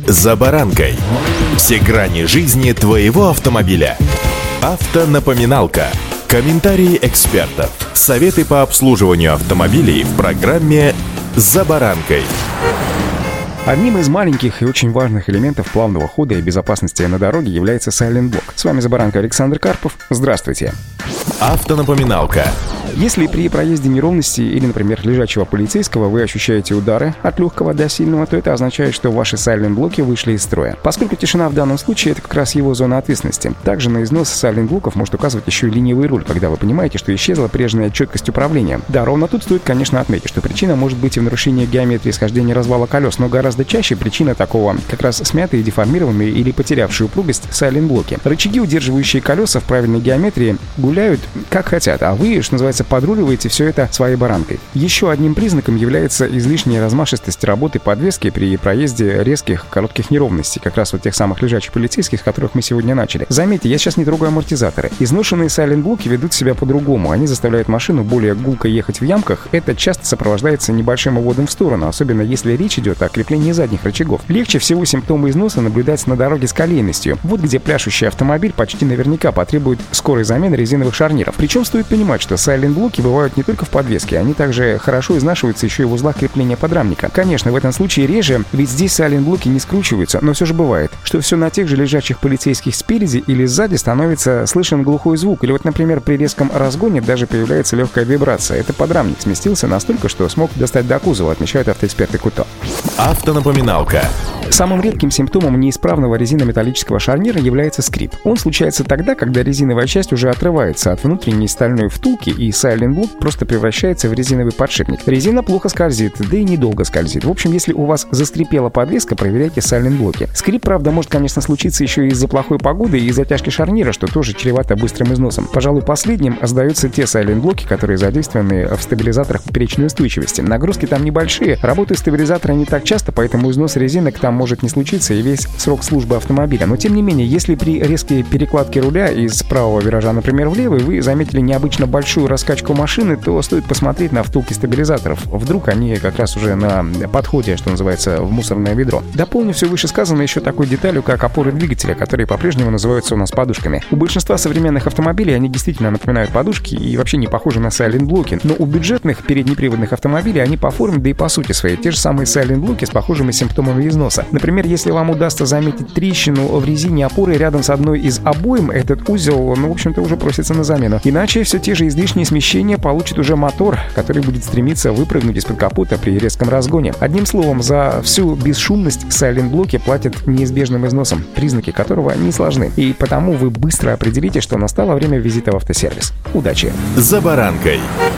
«За баранкой». Все грани жизни твоего автомобиля. Автонапоминалка. Комментарии экспертов. Советы по обслуживанию автомобилей в программе «За баранкой». Одним из маленьких и очень важных элементов плавного хода и безопасности на дороге является сайлент-блок. С вами «За баранкой» Александр Карпов. Здравствуйте. Автонапоминалка. Если при проезде неровности или, например, лежачего полицейского вы ощущаете удары от легкого до сильного, то это означает, что ваши сайлент-блоки вышли из строя. Поскольку тишина в данном случае — это как раз его зона ответственности. Также на износ сайлент-блоков может указывать еще и ленивый руль, когда вы понимаете, что исчезла прежняя четкость управления. Да, ровно тут стоит, конечно, отметить, что причина может быть и в нарушении геометрии схождения развала колес, но гораздо чаще причина такого как раз смятые, деформированные или потерявшие упругость сайлент-блоки. Рычаги, удерживающие колеса в правильной геометрии, гуляют как хотят, а вы, что называется, подруливаете все это своей баранкой. Еще одним признаком является излишняя размашистость работы подвески при проезде резких, коротких неровностей, как раз вот тех самых лежачих полицейских, с которых мы сегодня начали. Заметьте, я сейчас не трогаю амортизаторы. Изношенные сайлент-блоки ведут себя по-другому. Они заставляют машину более гулко ехать в ямках. Это часто сопровождается небольшим уводом в сторону, особенно если речь идет о креплении задних рычагов. Легче всего симптомы износа наблюдать на дороге с колейностью. Вот где пляшущий автомобиль почти наверняка потребует скорой замены резиновых шарниров. Причем стоит понимать, что сайлент-блоки бывают не только в подвеске, они также хорошо изнашиваются еще и в узлах крепления подрамника. Конечно, в этом случае реже, ведь здесь сайлент-блоки не скручиваются, но все же бывает, что все на тех же лежачих полицейских спереди или сзади становится слышен глухой звук, или вот, например, при резком разгоне даже появляется легкая вибрация. Это подрамник сместился настолько, что смог достать до кузова, отмечают автоэксперты КУТО. Автонапоминалка. Самым редким симптомом неисправного резинометаллического шарнира является скрип. Он случается тогда, когда резиновая часть уже отрывается от внутренней стальной втулки, и сайлент-блок просто превращается в резиновый подшипник. Резина плохо скользит, да и недолго скользит. В общем, если у вас заскрипела подвеска, проверяйте сайлент-блоки. Скрип, правда, может, конечно, случиться еще и из-за плохой погоды и из-за тяжки шарнира, что тоже чревато быстрым износом. Пожалуй, последним сдаются те сайлент-блоки, которые задействованы в стабилизаторах поперечной устойчивости. Нагрузки там небольшие, работают стабилизаторы не так часто, поэтому износ резинок там может не случиться и весь срок службы автомобиля. Но тем не менее, если при резкой перекладке руля из правого виража, например, в левый, вы заметили необычно большую раскачку машины, то стоит посмотреть на втулки стабилизаторов. Вдруг они как раз уже на подходе, что называется, в мусорное ведро. Дополню все вышесказанное еще такой деталью, как опоры двигателя, которые по-прежнему называются у нас подушками. У большинства современных автомобилей они действительно напоминают подушки и вообще не похожи на сайлент-блоки, но у бюджетных переднеприводных автомобилей они по форме, да и по сути своей те же самые сайлент-блоки с похожими симптомами износа. Например, если вам удастся заметить трещину в резине опоры рядом с одной из обоим, этот узел, в общем-то, уже просится на замену. Иначе все те же излишние смещения получит уже мотор, который будет стремиться выпрыгнуть из-под капота при резком разгоне. Одним словом, за всю бесшумность сайлент-блоки платят неизбежным износом, признаки которого не сложны. И потому вы быстро определите, что настало время визита в автосервис. Удачи! «За баранкой».